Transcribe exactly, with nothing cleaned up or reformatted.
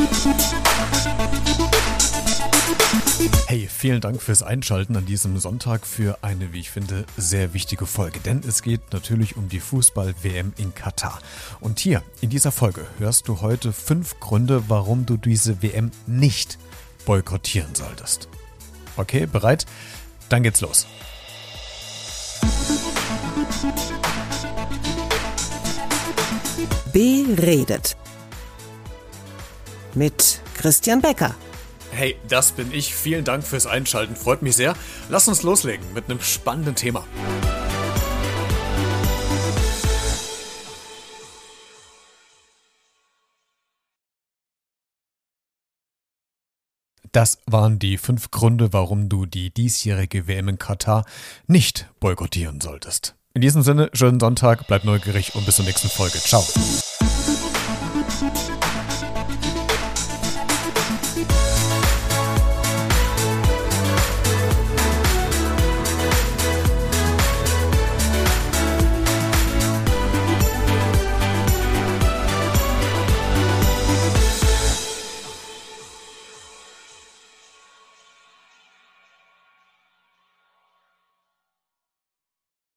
Hey, vielen Dank fürs Einschalten an diesem Sonntag für eine, wie ich finde, sehr wichtige Folge. Denn es geht natürlich um die Fußball-W M in Katar. Und hier, in dieser Folge, hörst du heute fünf Gründe, warum du diese W M nicht boykottieren solltest. Okay, bereit? Dann geht's los. Beredet mit Christian Becker. Hey, das bin ich. Vielen Dank fürs Einschalten. Freut mich sehr. Lass uns loslegen mit einem spannenden Thema. Das waren die fünf Gründe, warum du die diesjährige W M in Katar nicht boykottieren solltest. In diesem Sinne, schönen Sonntag, bleib neugierig und bis zur nächsten Folge. Ciao.